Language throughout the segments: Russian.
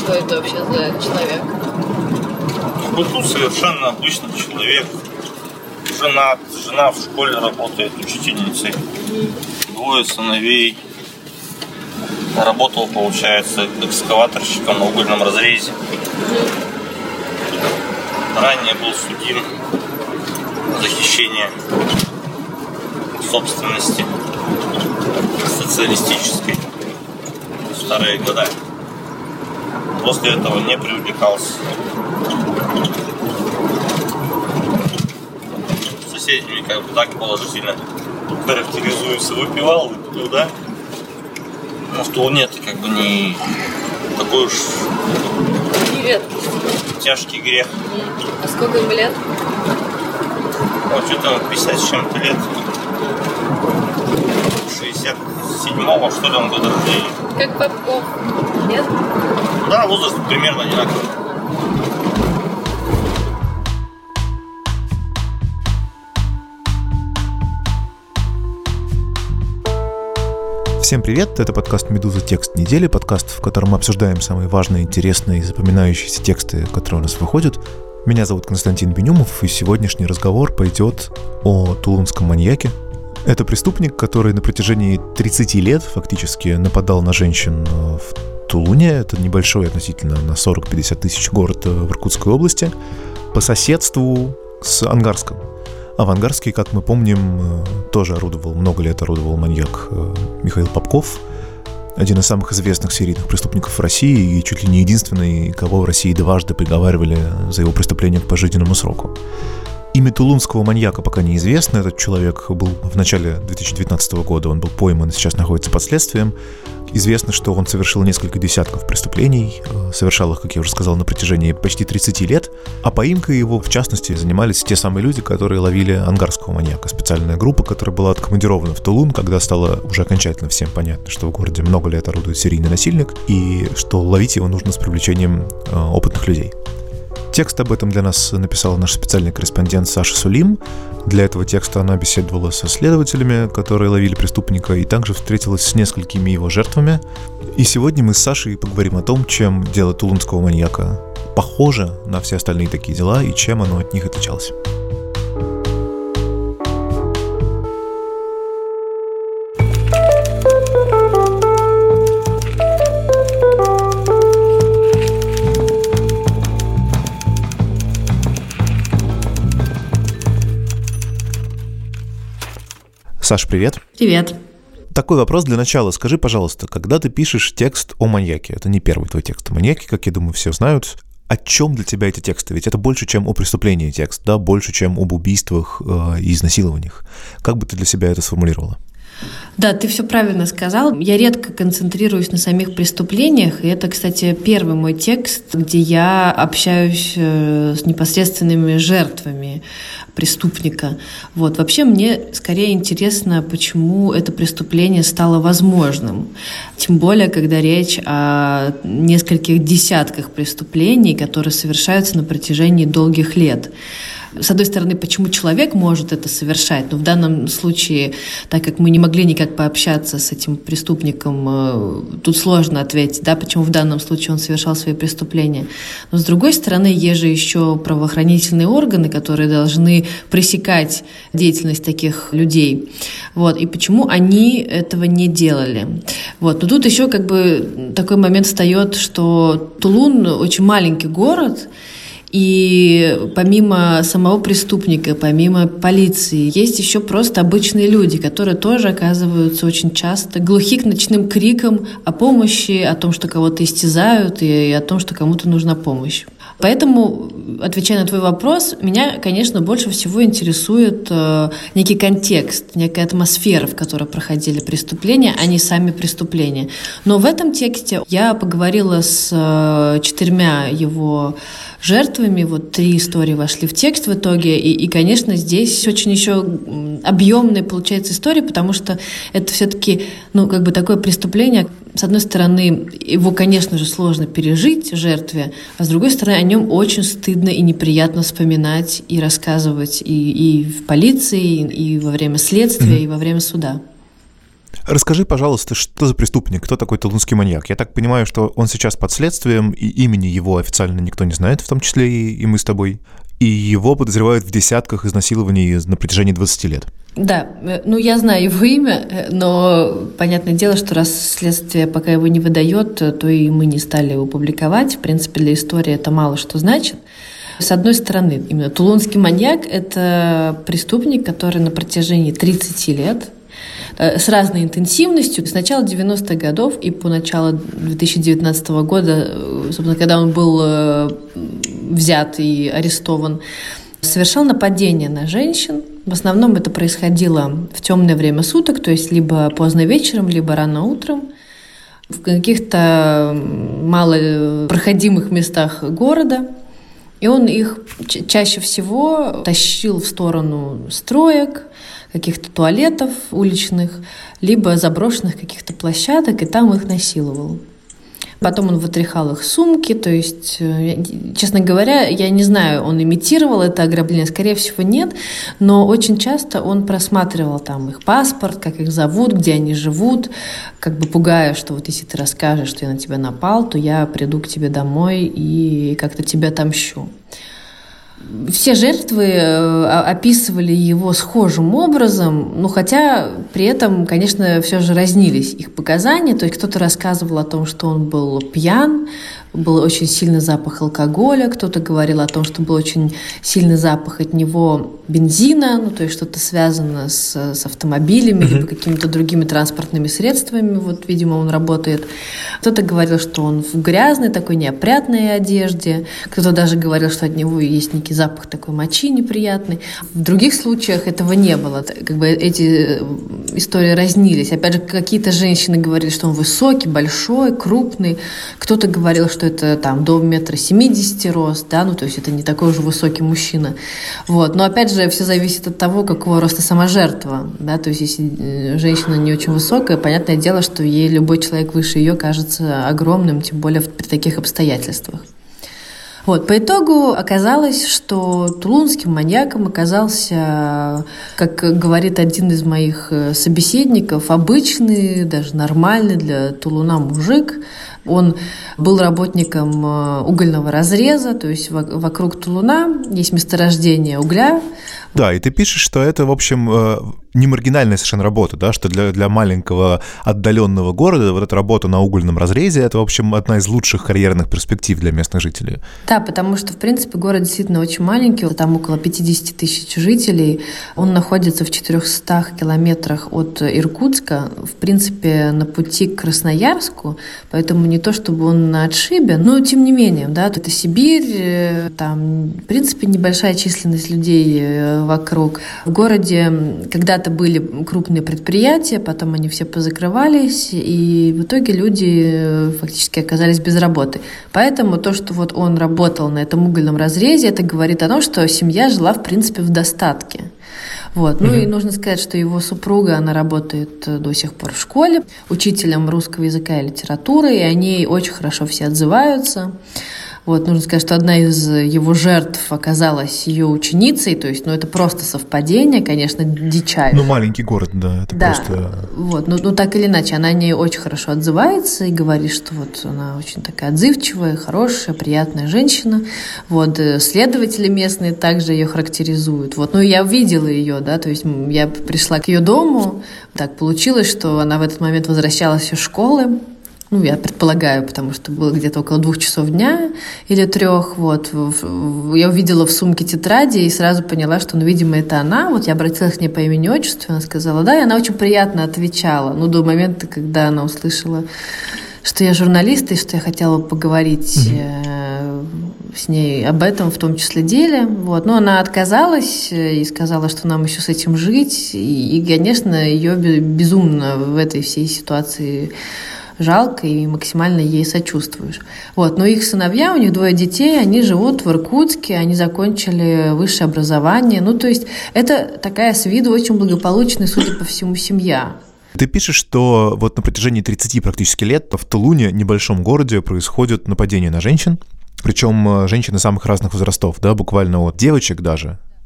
Что это вообще за человек? Ну, совершенно обычный человек. Женат, жена в школе работает учительницей. Двое сыновей. Работал, получается, экскаваторщиком на угольном разрезе. Ранее был судим за хищение собственности социалистической в старые года. После этого не привлекался. Соседями как бы так положительно характеризуется. Выпивал, да? Но в Тулуне это как бы не такой уж тяжкий грех. А сколько ему лет? Вот что-то 50 с чем-то лет. 67-го, что ли, он года рождения. Как Попков, нет? Да, возраст примерно одинаковый. Всем привет, это подкаст «Медуза. Текст недели», подкаст, в котором мы обсуждаем самые важные, интересные и запоминающиеся тексты, которые у нас выходят. Меня зовут Константин Бенюмов, и сегодняшний разговор пойдет о тулунском маньяке. Это преступник, который на протяжении 30 лет фактически нападал на женщин в Тулуне. Это небольшой относительно на 40-50 тысяч город в Иркутской области, по соседству с Ангарском. А в Ангарске, как мы помним, тоже много лет орудовал маньяк Михаил Попков, один из самых известных серийных преступников в России и чуть ли не единственный, кого в России дважды приговаривали за его преступление к пожизненному сроку. Имя тулунского маньяка пока неизвестно. Этот человек был в начале 2019 года, он был пойман и сейчас находится под следствием. Известно, что он совершил несколько десятков преступлений, совершал их, как я уже сказал, на протяжении почти 30 лет, а поимкой его, в частности, занимались те самые люди, которые ловили ангарского маньяка. Специальная группа, которая была откомандирована в Тулун, когда стало уже окончательно всем понятно, что в городе много лет орудует серийный насильник, и что ловить его нужно с привлечением опытных людей. Текст об этом для нас написала наш специальный корреспондент Саша Сулим. Для этого текста она беседовала со следователями, которые ловили преступника, и также встретилась с несколькими его жертвами. И сегодня мы с Сашей поговорим о том, чем дело тулунского маньяка похоже на все остальные такие дела и чем оно от них отличалось. Саш, привет. Привет. Такой вопрос для начала. Скажи, пожалуйста, когда ты пишешь текст о маньяке, это не первый твой текст о маньяке, как я думаю, все знают, о чем для тебя эти тексты? Ведь это больше, чем о преступлении текст, да, больше, чем об убийствах и изнасилованиях. Как бы ты для себя это сформулировала? Да, ты все правильно сказал. Я редко концентрируюсь на самих преступлениях, и это, кстати, первый мой текст, где я общаюсь с непосредственными жертвами преступника. Вот. Вообще мне скорее интересно, почему это преступление стало возможным. Тем более, когда речь о нескольких десятках преступлений, которые совершаются на протяжении долгих лет. С одной стороны, почему человек может это совершать, но в данном случае, так как мы не могли никак пообщаться с этим преступником, тут сложно ответить, да, почему в данном случае он совершал свои преступления. Но с другой стороны, есть же еще правоохранительные органы, которые должны пресекать деятельность таких людей. Вот, и почему они этого не делали. Вот. Но тут еще как бы такой момент встает, что Тулун очень маленький город, и помимо самого преступника, помимо полиции, есть еще просто обычные люди, которые тоже оказываются очень часто глухи к ночным крикам о помощи, о том, что кого-то истязают, и о том, что кому-то нужна помощь. Поэтому, отвечая на твой вопрос, меня, конечно, больше всего интересует некий контекст, некая атмосфера, в которой проходили преступления, а не сами преступления. Но в этом тексте я поговорила с 4 его жертвами, вот 3 истории вошли в текст в итоге, и, конечно, здесь очень еще объемная получается история, потому что это все-таки, как бы такое преступление, с одной стороны, его, конечно же, сложно пережить жертве, а с другой стороны, о нем очень стыдно и неприятно вспоминать и рассказывать и в полиции, и во время следствия, и во время суда. Расскажи, пожалуйста, что за преступник, кто такой тулунский маньяк? Я так понимаю, что он сейчас под следствием, и имени его официально никто не знает, в том числе и мы с тобой. И его подозревают в десятках изнасилований на протяжении 20 лет. Да, я знаю его имя, но понятное дело, что раз следствие пока его не выдает, то и мы не стали его публиковать. В принципе, для истории это мало что значит. С одной стороны, именно тулунский маньяк – это преступник, который на протяжении 30 лет с разной интенсивностью, с начала 90-х годов и по началу 2019 года, собственно, когда он был взят и арестован, совершал нападения на женщин. В основном это происходило в темное время суток, то есть либо поздно вечером, либо рано утром, в каких-то малопроходимых местах города. И он их чаще всего тащил в сторону строек, каких-то туалетов уличных, либо заброшенных каких-то площадок, и там их насиловал. Потом он вытряхал их сумки, то есть, честно говоря, я не знаю, он имитировал это ограбление, скорее всего, нет, но очень часто он просматривал там их паспорт, как их зовут, где они живут, как бы пугая, что вот если ты расскажешь, что я на тебя напал, то я приду к тебе домой и как-то тебя отомщу. Все жертвы описывали его схожим образом, хотя при этом, конечно, все же разнились их показания. То есть кто-то рассказывал о том, что он был пьян, был очень сильный запах алкоголя, кто-то говорил о том, что был очень сильный запах от него бензина, то есть что-то связано с автомобилями либо какими-то другими транспортными средствами, видимо, он работает. Кто-то говорил, что он в грязной, такой неопрятной одежде, кто-то даже говорил, что от него есть некий запах такой мочи неприятный. В других случаях этого не было. Эти истории разнились. Опять же, какие-то женщины говорили, что он высокий, большой, крупный. Кто-то говорил, что это там до 1,70 м рост, то есть это не такой уже высокий мужчина. Но опять же, все зависит от того, какого роста сама жертва, то есть если женщина не очень высокая, понятное дело, что ей любой человек выше ее кажется огромным, тем более при таких обстоятельствах. По итогу оказалось, что тулунским маньяком оказался, как говорит один из моих собеседников, обычный, даже нормальный для Тулуна мужик. Он был работником угольного разреза, то есть вокруг Тулуна есть месторождение угля. Да, и ты пишешь, что это, в общем, не маргинальная совершенно работа, да, что для маленького отдаленного города вот эта работа на угольном разрезе – это, в общем, одна из лучших карьерных перспектив для местных жителей. Да, потому что, в принципе, город действительно очень маленький, там около 50 тысяч жителей, он находится в 400 километрах от Иркутска, в принципе, на пути к Красноярску, поэтому не то, чтобы он на отшибе, но тем не менее, это Сибирь, там, в принципе, небольшая численность людей вокруг. В городе когда-то были крупные предприятия, потом они все позакрывались, и в итоге люди фактически оказались без работы. Поэтому то, что он работал на этом угольном разрезе, это говорит о том, что семья жила, в принципе, в достатке. И нужно сказать, что его супруга, она работает до сих пор в школе, учителем русского языка и литературы, и о ней очень хорошо все отзываются. Нужно сказать, что одна из его жертв оказалась ее ученицей, то есть, это просто совпадение, конечно, дичайшее. Маленький город, да, это просто... так или иначе, она о ней очень хорошо отзывается и говорит, что она очень такая отзывчивая, хорошая, приятная женщина. Следователи местные также ее характеризуют. Я увидела ее, то есть я пришла к ее дому, так получилось, что она в этот момент возвращалась из школы. Я предполагаю, потому что было где-то около 2 часов дня или 3. Я увидела в сумке тетради и сразу поняла, что, видимо, это она. Я обратилась к ней по имени-отчеству, она сказала «да», и она очень приятно отвечала. До момента, когда она услышала, что я журналист и что я хотела поговорить с ней об этом, в том числе деле. Но она отказалась и сказала, что нам еще с этим жить. И конечно, ее безумно в этой всей ситуации жалко и максимально ей сочувствуешь. Но их сыновья, у них 2 детей, они живут в Иркутске, они закончили высшее образование. То есть это такая с виду очень благополучная, судя по всему, семья. Ты пишешь, что на протяжении 30 практически лет в Тулуне, небольшом городе, происходят нападения на женщин, причем женщины самых разных возрастов, буквально от девочек даже,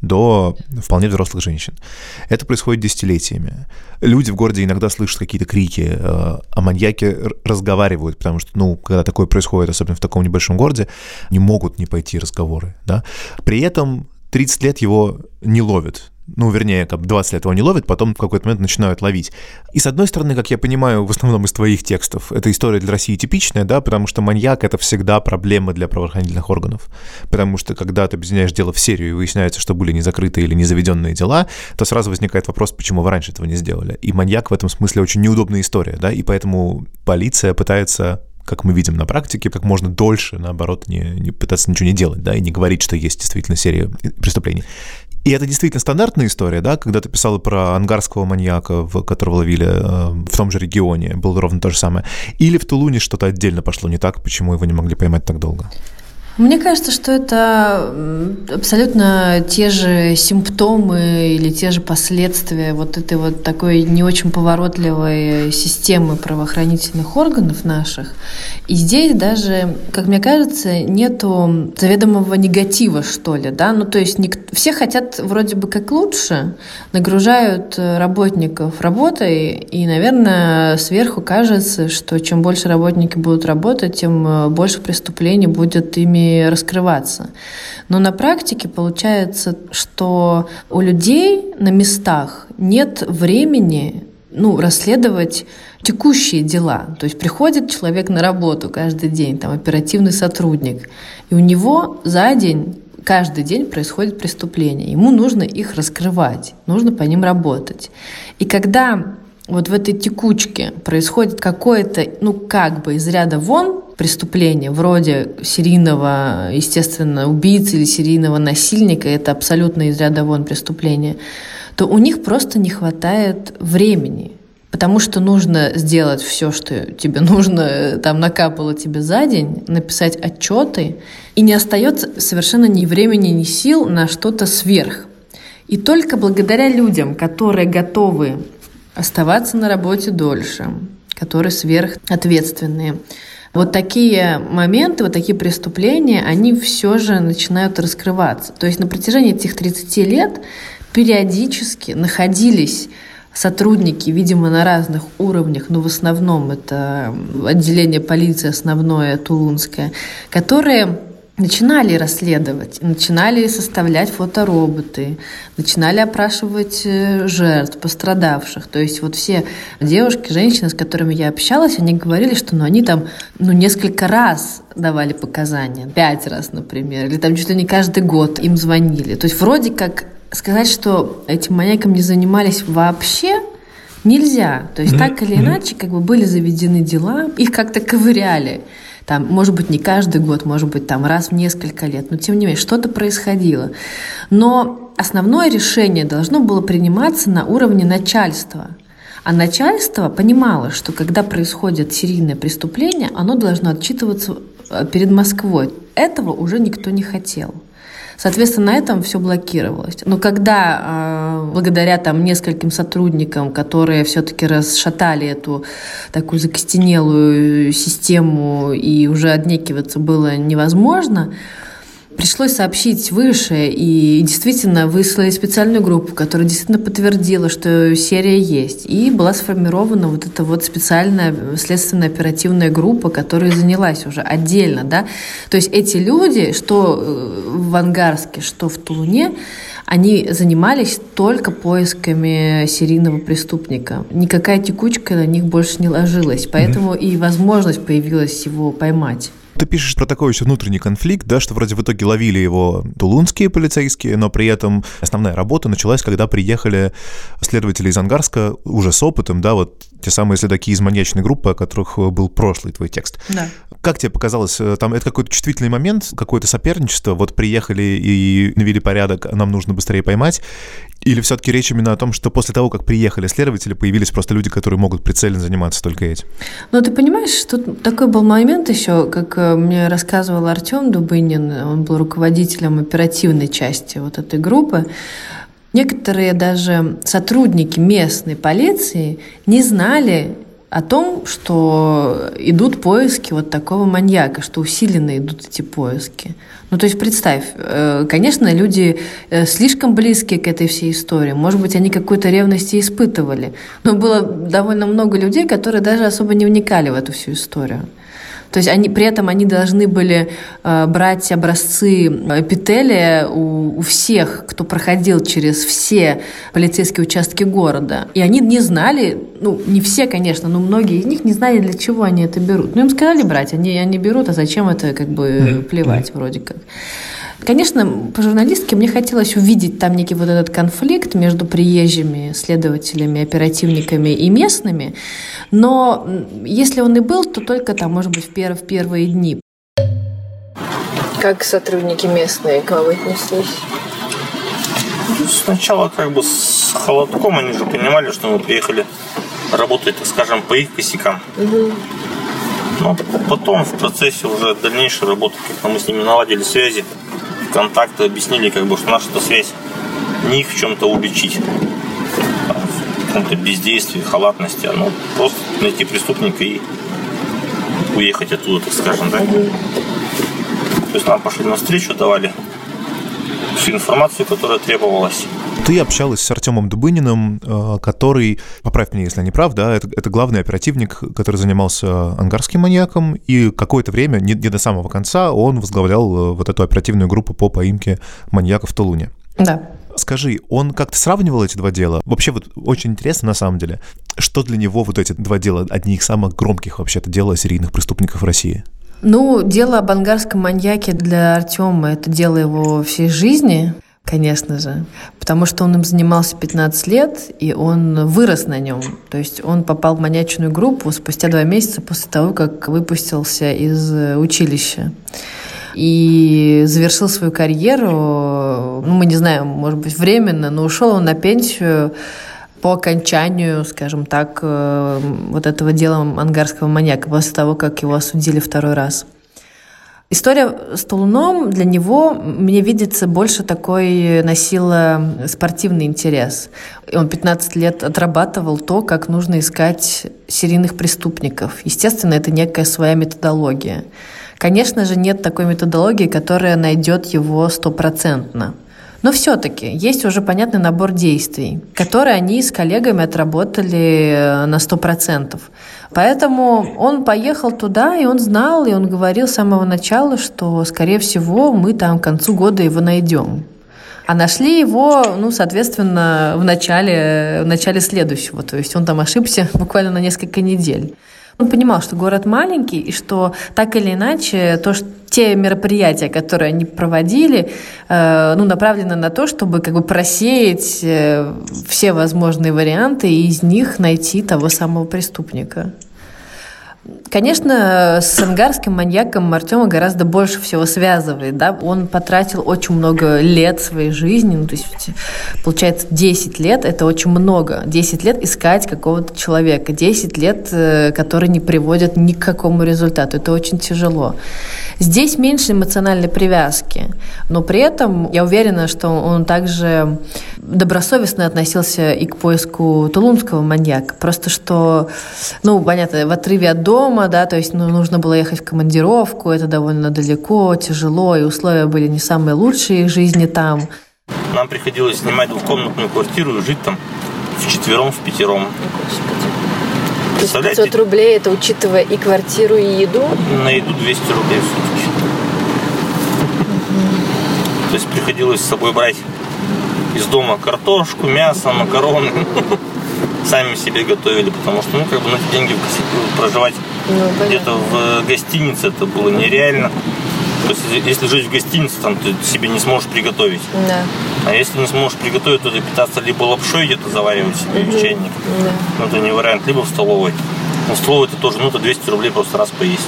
до вполне взрослых женщин. Это происходит десятилетиями. Люди в городе иногда слышат какие-то крики, а маньяки разговаривают, потому что, когда такое происходит, особенно в таком небольшом городе, не могут не пойти разговоры, да. При этом 30 лет его не ловят. Вернее, 20 лет его не ловят, потом в какой-то момент начинают ловить. И с одной стороны, как я понимаю, в основном из твоих текстов, эта история для России типичная, да, потому что маньяк — это всегда проблема для правоохранительных органов. Потому что когда ты объединяешь дело в серию и выясняется, что были незакрытые или незаведенные дела, то сразу возникает вопрос, почему вы раньше этого не сделали. И маньяк в этом смысле очень неудобная история, да, и поэтому полиция пытается, как мы видим на практике, как можно дольше, наоборот, не пытаться ничего не делать, да, и не говорить, что есть действительно серия преступлений. И это действительно стандартная история, да, когда ты писала про ангарского маньяка, которого ловили в том же регионе, было ровно то же самое. Или в Тулуне что-то отдельно пошло не так, почему его не могли поймать так долго? Мне кажется, что это абсолютно те же симптомы или те же последствия вот этой вот такой не очень поворотливой системы правоохранительных органов наших. И здесь даже, как мне кажется, нету заведомого негатива, что ли, да, то есть все хотят вроде бы как лучше, нагружают работников работой, и, наверное, сверху кажется, что чем больше работники будут работать, тем больше преступлений будет ими раскрываться. Но на практике получается, что у людей на местах нет времени расследовать текущие дела. То есть приходит человек на работу каждый день, оперативный сотрудник, и у него за день, каждый день происходит преступление. Ему нужно их раскрывать, нужно по ним работать. И когда вот в этой текучке происходит какое-то, из ряда вон преступление, вроде серийного, естественно, убийцы или серийного насильника, это абсолютно из ряда вон преступление, то у них просто не хватает времени, потому что нужно сделать все, что тебе нужно, накапало тебе за день, написать отчеты, и не остается совершенно ни времени, ни сил на что-то сверх. И только благодаря людям, которые готовы оставаться на работе дольше, которые сверхответственные, вот такие моменты, вот такие преступления, они все же начинают раскрываться. То есть на протяжении этих 30 лет периодически находились сотрудники, видимо, на разных уровнях, но в основном это отделение полиции основное, тулунское, которые начинали расследовать, начинали составлять фотороботы, начинали опрашивать жертв, пострадавших. То есть вот все девушки, женщины, с которыми я общалась, они говорили, что они несколько раз давали показания, 5 раз, например, или чуть ли не каждый год им звонили. То есть вроде как сказать, что этим маньяком не занимались вообще, нельзя. То есть так или иначе были заведены дела, их как-то ковыряли. Может быть, не каждый год, может быть, раз в несколько лет, но тем не менее, что-то происходило. Но основное решение должно было приниматься на уровне начальства. А начальство понимало, что когда происходит серийное преступление, оно должно отчитываться перед Москвой. Этого уже никто не хотел. Соответственно, на этом все блокировалось. Но когда благодаря нескольким сотрудникам, которые все-таки расшатали эту такую закостенелую систему, и уже отнекиваться было невозможно, пришлось сообщить выше, и действительно выслали специальную группу, которая действительно подтвердила, что серия есть. И была сформирована вот эта вот специальная следственная оперативная группа, которая занялась уже отдельно, да. То есть эти люди, что в Ангарске, что в Тулуне, они занимались только поисками серийного преступника. Никакая текучка на них больше не ложилась, поэтому и возможность появилась его поймать. Ты пишешь про такой еще внутренний конфликт, да, что вроде в итоге ловили его тулунские полицейские, но при этом основная работа началась, когда приехали следователи из Ангарска уже с опытом, да, вот те самые следаки из маньячной группы, о которых был прошлый твой текст. Да. Как тебе показалось, это какой-то чувствительный момент, какое-то соперничество, вот приехали и навели порядок, нам нужно быстрее поймать, или все-таки речь именно о том, что после того, как приехали следователи, появились просто люди, которые могут прицельно заниматься только этим? Ты понимаешь, тут такой был момент еще, как мне рассказывал Артем Дубынин, он был руководителем оперативной части вот этой группы. Некоторые даже сотрудники местной полиции не знали о том, что идут поиски вот такого маньяка, что усиленно идут эти поиски. Ну, то есть представь, конечно, люди слишком близкие к этой всей истории. Может быть, они какой-то ревности испытывали. Но было довольно много людей, которые даже особо не вникали в эту всю историю. То есть при этом они должны были брать образцы эпителия у всех, кто проходил через все полицейские участки города. И они не знали, не все, конечно, но многие из них не знали, для чего они это берут. Им сказали брать, они берут, а зачем это плевать вроде как. Конечно, по журналистке мне хотелось увидеть там некий вот этот конфликт между приезжими следователями, оперативниками и местными, но если он и был, то только там, может быть, в первые дни. Как сотрудники местные к вам отнеслись? Сначала с холодком, они же понимали, что мы приехали работать, так скажем, по их косякам. Угу. Но потом в процессе уже дальнейшей работы, как мы с ними наладили связи, контакты, объяснили, что наша связь не их в чем-то уличить, в каком-то бездействии, халатности, а просто найти преступника и уехать оттуда, так скажем, да? То есть нам пошли навстречу, давали всю информацию, которая требовалась. Ты общалась с Артемом Дубыниным, который, поправь меня, если я не прав, да, это главный оперативник, который занимался ангарским маньяком, и какое-то время, не до самого конца, он возглавлял вот эту оперативную группу по поимке маньяков в Тулуне. Да. Скажи, он как-то сравнивал эти два дела? Вообще очень интересно на самом деле, что для него эти два дела, одни из самых громких вообще-то дела серийных преступников в России? Дело об ангарском маньяке для Артема – это дело его всей жизни. Конечно же, потому что он им занимался 15 лет, и он вырос на нем. То есть он попал в маньячную группу спустя 2 месяца после того, как выпустился из училища. И завершил свою карьеру, мы не знаем, может быть, временно, но ушел он на пенсию по окончанию, скажем так, вот этого дела ангарского маньяка, после того, как его осудили 2-й раз. История с Тулуном для него, мне видится, больше такой носила спортивный интерес. Он 15 лет отрабатывал то, как нужно искать серийных преступников. Естественно, это некая своя методология. Конечно же, нет такой методологии, которая найдет его 100%. Но все-таки есть уже понятный набор действий, которые они с коллегами отработали на 100%. Поэтому он поехал туда, и он знал, и он говорил с самого начала, что, скорее всего, мы там к концу года его найдем. А нашли его, соответственно, в начале следующего. То есть он там ошибся буквально на несколько недель. Он понимал, что город маленький, и что так или иначе те мероприятия, которые они проводили, направлены на то, чтобы просеять все возможные варианты и из них найти того самого преступника. Конечно, с ангарским маньяком Артема гораздо больше всего связывает. Да? Он потратил очень много лет своей жизни, то есть, получается, 10 лет – это очень много. 10 лет искать какого-то человека, 10 лет, которые не приводят ни к какому результату. Это очень тяжело. Здесь меньше эмоциональной привязки, но при этом я уверена, что он также добросовестно относился и к поиску тулунского маньяка. Просто что, понятно, в отрыве от дома, да, то есть нужно было ехать в командировку, это довольно далеко, тяжело, и условия были не самые лучшие в жизни там. Нам приходилось снимать 2-комнатную квартиру и жить там вчетвером, впятером. То есть 500 рублей, это учитывая и квартиру, и еду? На еду 200 рублей в сутки. То есть приходилось с собой брать из дома картошку, мясо, макароны. Сами себе готовили, потому что, на эти деньги проживать где-то в гостинице это было нереально. То есть, если жить в гостинице, там ты себе не сможешь приготовить. Да. А если не сможешь приготовить, то ты питаться либо лапшой где-то заваривать себе в чайник. Да. Это не вариант, либо в столовой. Но в столовой это тоже, 200 рублей просто раз поесть.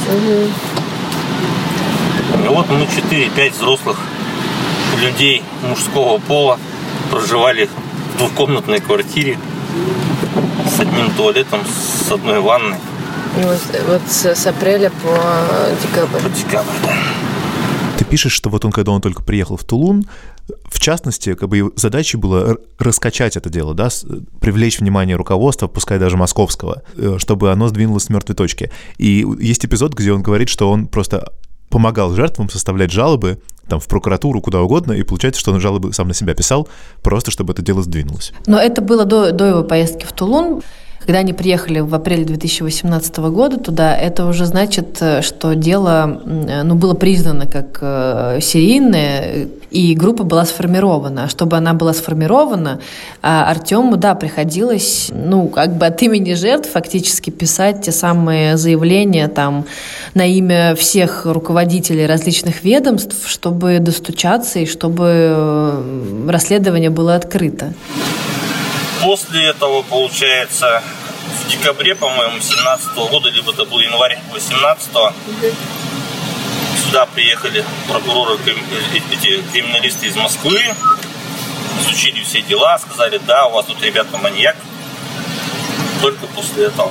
И вот мы 4-5 взрослых людей мужского пола проживали в 2-комнатной квартире с одним туалетом, с одной ванной. Вот с апреля по декабрь. По декабрь, да. Ты пишешь, что вот когда он только приехал в Тулун, в частности, как бы задачей было раскачать это дело, да, привлечь внимание руководства, пускай даже московского, чтобы оно сдвинулось с мертвой точки. И есть эпизод, где он говорит, что он просто помогал жертвам составлять жалобы там, в прокуратуру, куда угодно, и получается, что он жалобы сам на себя писал, просто чтобы это дело сдвинулось. Но это было до его поездки в Тулун. Когда они приехали в апреле 2018 года туда, это уже значит, что дело было признано как серийное, и группа была сформирована. А чтобы она была сформирована, Артему, приходилось, от имени жертв фактически писать те самые заявления там на имя всех руководителей различных ведомств, чтобы достучаться и чтобы расследование было открыто. После этого, получается, в декабре, по-моему, 17-го года, либо это был январь 18-го, сюда приехали прокуроры, эти криминалисты из Москвы, изучили все дела, сказали, да, у вас тут, ребята, маньяк. Только после этого.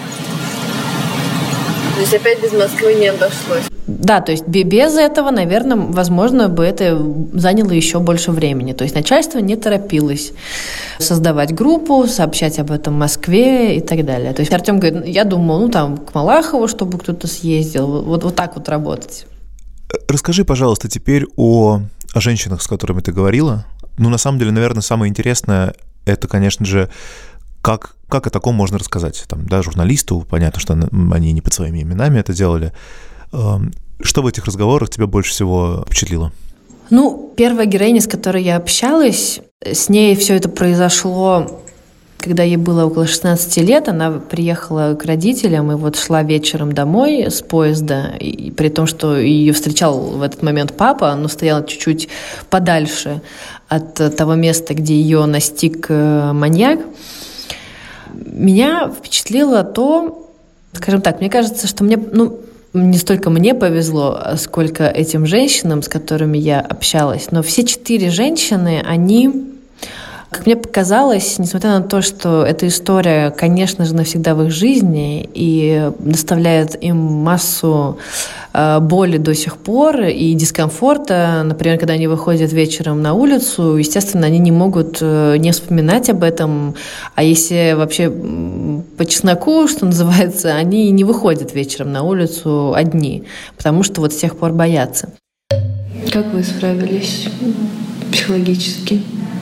То есть опять без Москвы не обошлось? Да, то есть без этого, наверное, возможно, бы это заняло еще больше времени. То есть начальство не торопилось создавать группу, сообщать об этом Москве и так далее. То есть Артем говорит, я думал, к Малахову, чтобы кто-то съездил, вот так вот работать. Расскажи, пожалуйста, теперь о женщинах, с которыми ты говорила. На самом деле, наверное, самое интересное, это, конечно же, как о таком можно рассказать. Журналисту, понятно, что они не под своими именами это делали. Что в этих разговорах тебя больше всего впечатлило? Первая героиня, с которой я общалась, с ней все это произошло, когда ей было около 16 лет. Она приехала к родителям и шла вечером домой с поезда, и при том, что ее встречал в этот момент папа, но стояла чуть-чуть подальше от того места, где ее настиг маньяк. Меня впечатлило то, скажем так, мне кажется, что не столько мне повезло, сколько этим женщинам, с которыми я общалась. Но все 4 женщины, они, как мне показалось, несмотря на то, что эта история, конечно же, навсегда в их жизни и доставляет им массу боли до сих пор и дискомфорта. Например, когда они выходят вечером на улицу, естественно, они не могут не вспоминать об этом. А если вообще по чесноку, что называется, они не выходят вечером на улицу одни, потому что с тех пор боятся. Как вы справились психологически?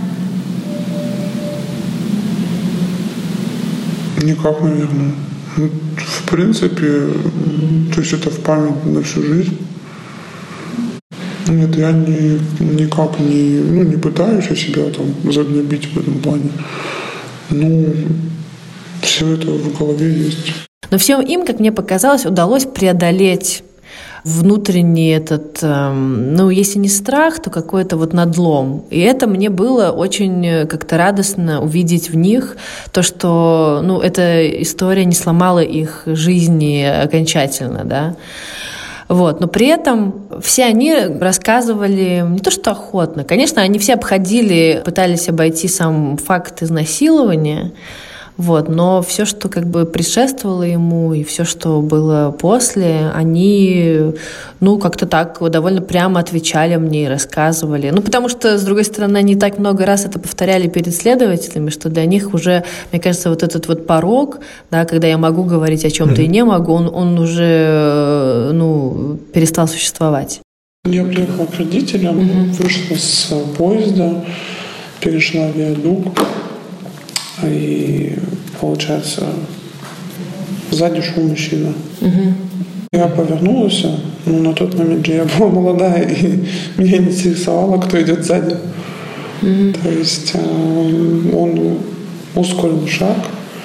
Никак, наверное. В принципе, то есть это в память на всю жизнь. Нет, я никак не пытаюсь себя загнобить в этом плане. Все это в голове есть. Но всем им, как мне показалось, удалось преодолеть внутренний этот, если не страх, то какой-то надлом. И это мне было очень как-то радостно увидеть в них то, что, эта история не сломала их жизни окончательно, да. Но при этом все они рассказывали не то что охотно. Конечно, они все пытались обойти сам факт изнасилования, но все, что предшествовало ему, и все, что было после, они, как-то так довольно прямо отвечали мне и рассказывали. Потому что, с другой стороны, они так много раз это повторяли перед следователями, что для них уже, мне кажется, этот порог, да, когда я могу говорить о чем-то и не могу, он уже, перестал существовать. Я приехала к родителям, вышла с поезда, перешла виадук. И, получается, сзади шел мужчина. Я повернулась, на тот момент же я была молодая, и меня интересовало, кто идет сзади. То есть он ускорил шаг.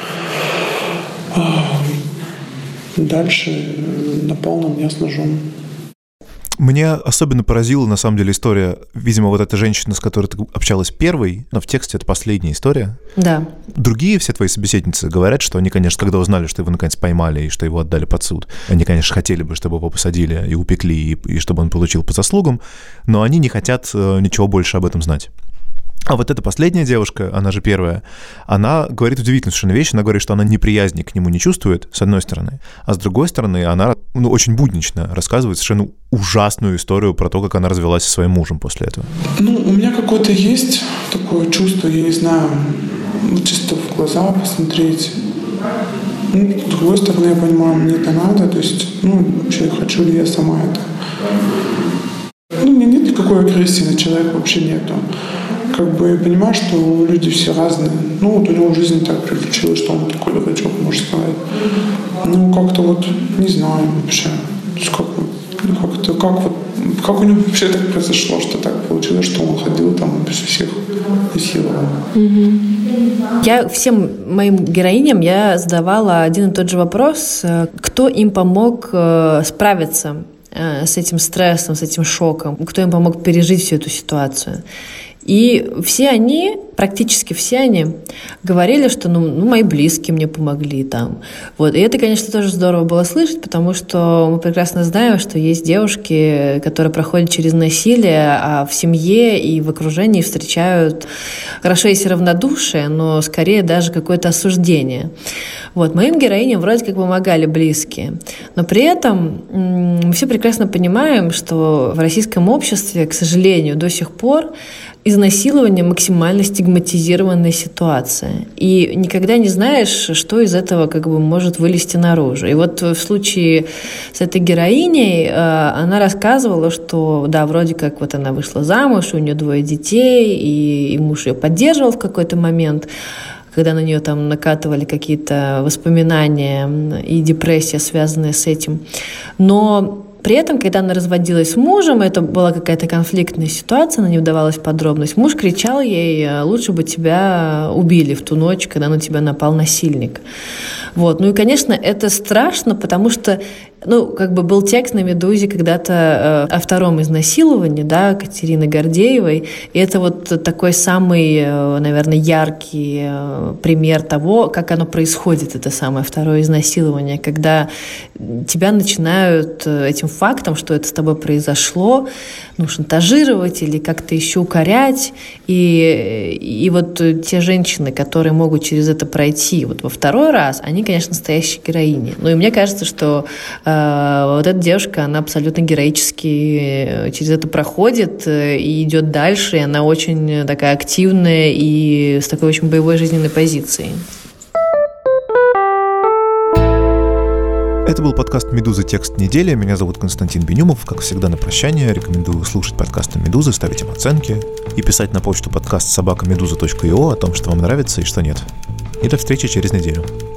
Дальше напал на меня с ножом. Меня особенно поразила, на самом деле, история, видимо, эта женщина, с которой ты общалась первой, но в тексте это последняя история. Да. Другие все твои собеседницы говорят, что они, конечно, когда узнали, что его наконец поймали и что его отдали под суд, они, конечно, хотели бы, чтобы его посадили и упекли, и чтобы он получил по заслугам, но они не хотят ничего больше об этом знать. А вот эта последняя девушка, она же первая, она говорит удивительную совершенно вещь. Она говорит, что она неприязни к нему не чувствует, с одной стороны, а с другой стороны, она очень буднично рассказывает совершенно ужасную историю про то, как она развелась со своим мужем после этого. У меня какое-то есть такое чувство, я не знаю, чисто в глаза посмотреть. С другой стороны, я понимаю, мне это надо, то есть, вообще, хочу ли я сама это. У меня нет никакой агрессии на человека, вообще нету. Я понимаю, что люди все разные. У него в жизни так приключилось, что он такой дурачок, можно сказать. Как-то не знаю вообще. Как у него вообще так произошло, что так получилось, что он ходил там без всех насиловал. Я всем моим героиням задавала один и тот же вопрос, кто им помог справиться с этим стрессом, с этим шоком, кто им помог пережить всю эту ситуацию. И все они, практически все они, говорили, что мои близкие мне помогли там. Вот. И это, конечно, тоже здорово было слышать, потому что мы прекрасно знаем, что есть девушки, которые проходят через насилие, а в семье и в окружении встречают, хорошо, если равнодушие, но скорее даже какое-то осуждение. Вот. Моим героиням вроде как помогали близкие. Но при этом мы все прекрасно понимаем, что в российском обществе, к сожалению, до сих пор изнасилование максимально стигматизированная ситуация. И никогда не знаешь, что из этого может вылезти наружу. И вот в случае с этой героиней она рассказывала, что да, вроде как она вышла замуж, у нее 2 детей, и муж ее поддерживал в какой-то момент, когда на нее там накатывали какие-то воспоминания и депрессия, связанные с этим. Но при этом, когда она разводилась с мужем, это была какая-то конфликтная ситуация, она не вдавалась в подробность, муж кричал ей: лучше бы тебя убили в ту ночь, когда на тебя напал насильник. Вот. И, конечно, это страшно, потому что был текст на «Медузе» когда-то о 2-м изнасиловании, да, Катерины Гордеевой, и это такой самый, наверное, яркий пример того, как оно происходит, это самое 2-е изнасилование, когда тебя начинают этим фактом, что это с тобой произошло, шантажировать или как-то еще укорять, и те женщины, которые могут через это пройти во 2-й раз, они, конечно, настоящие героини. И мне кажется, что эта девушка, она абсолютно героически через это проходит и идет дальше, и она очень такая активная и с такой очень боевой жизненной позицией. Это был подкаст «Медуза. Текст недели». Меня зовут Константин Бенюмов. Как всегда, на прощание рекомендую слушать подкасты «Медузы», ставить им оценки и писать на почту podcast@meduza.io о том, что вам нравится и что нет. И до встречи через неделю.